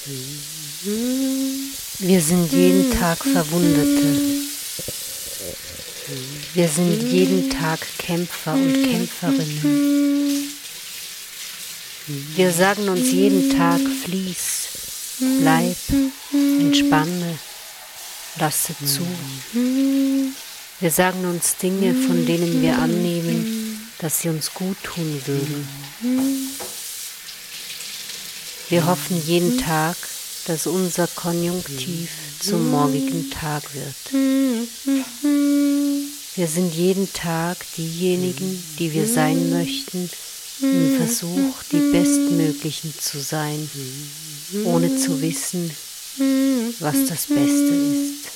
Wir sind jeden Tag Verwundete. Wir sind jeden Tag Kämpfer und Kämpferinnen. Wir sagen uns jeden Tag: Fließ, bleib, entspanne, lasse zu. Wir sagen uns Dinge, von denen wir annehmen, dass sie uns gut tun würden. Wir hoffen jeden Tag, dass unser Konjunktiv zum morgigen Tag wird. Wir sind jeden Tag diejenigen, die wir sein möchten, im Versuch, die Bestmöglichen zu sein, ohne zu wissen, was das Beste ist.